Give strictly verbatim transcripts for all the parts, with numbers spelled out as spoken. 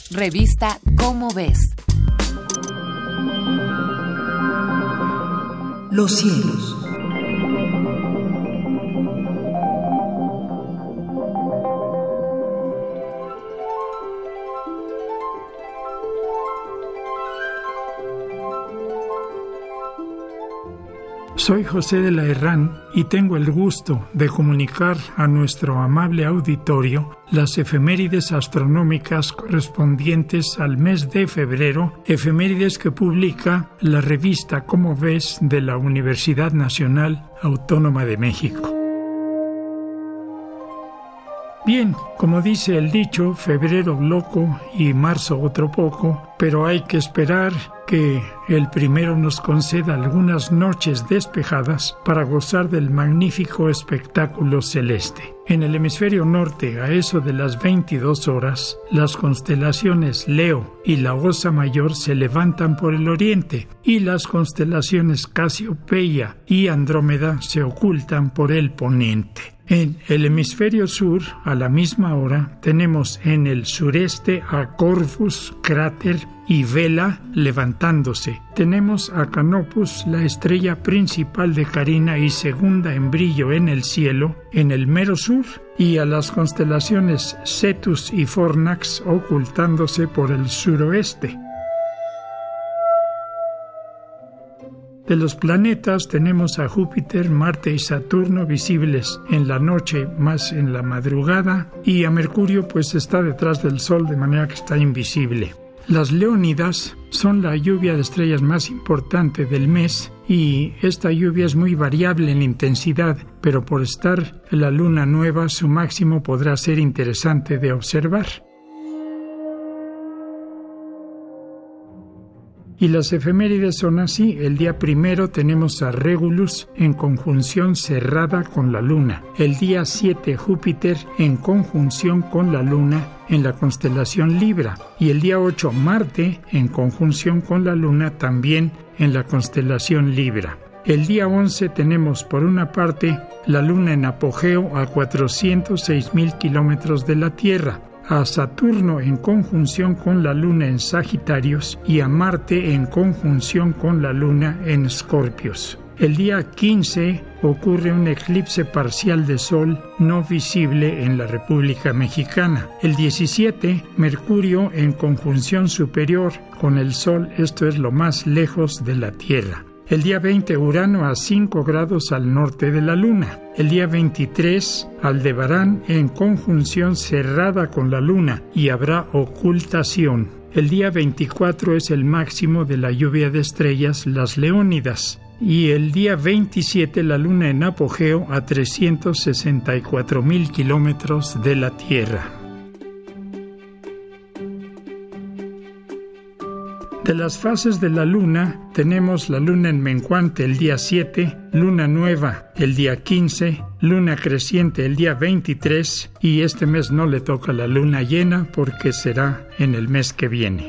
Revista Cómo Ves. Los cielos. Soy José de la Herrán y tengo el gusto de comunicar a nuestro amable auditorio las efemérides astronómicas correspondientes al mes de febrero, efemérides que publica la revista Cómo Ves de la Universidad Nacional Autónoma de México. Bien, como dice el dicho, febrero loco y marzo otro poco, pero hay que esperar que el primero nos conceda algunas noches despejadas para gozar del magnífico espectáculo celeste. En el hemisferio norte, a eso de las veintidós horas, las constelaciones Leo y la Osa Mayor se levantan por el oriente y las constelaciones Casiopeia y Andrómeda se ocultan por el poniente. En el hemisferio sur, a la misma hora, tenemos en el sureste a Corvus, Cráter y Vela levantándose. Tenemos a Canopus, la estrella principal de Carina y segunda en brillo en el cielo, en el mero sur, y a las constelaciones Cetus y Fornax ocultándose por el suroeste. De los planetas tenemos a Júpiter, Marte y Saturno visibles en la noche más en la madrugada, y a Mercurio pues está detrás del Sol de manera que está invisible. Las Leónidas son la lluvia de estrellas más importante del mes y esta lluvia es muy variable en intensidad, pero por estar la luna nueva su máximo podrá ser interesante de observar. Y las efemérides son así. El día primero tenemos a Regulus en conjunción cerrada con la luna. El día siete Júpiter en conjunción con la luna en la constelación Libra. Y el día ocho Marte en conjunción con la luna también en la constelación Libra. El día once tenemos por una parte la luna en apogeo a cuatrocientos seis mil kilómetros de la Tierra, a Saturno en conjunción con la Luna en Sagitarios y a Marte en conjunción con la Luna en Escorpios. El día quince ocurre un eclipse parcial de Sol no visible en la República Mexicana. El diecisiete, Mercurio en conjunción superior con el Sol, esto es lo más lejos de la Tierra. El día veinte, Urano a cinco grados al norte de la Luna. El día veintitrés, Aldebarán en conjunción cerrada con la Luna y habrá ocultación. El día veinticuatro es el máximo de la lluvia de estrellas, las Leónidas. Y el día veintisiete, la Luna en apogeo a trescientos sesenta y cuatro mil kilómetros de la Tierra. De las fases de la luna, tenemos la luna en menguante el día siete, luna nueva el día quince, luna creciente el día veintitrés y este mes no le toca la luna llena porque será en el mes que viene.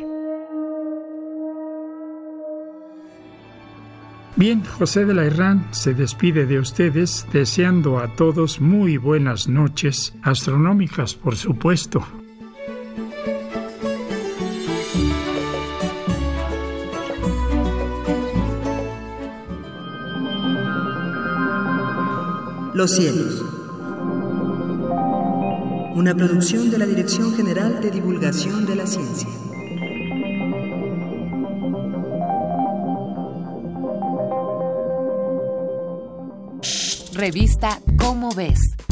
Bien, José de la Herrán se despide de ustedes deseando a todos muy buenas noches, astronómicas por supuesto. Los cielos. Una producción de la Dirección General de Divulgación de la Ciencia. Revista Cómo Ves.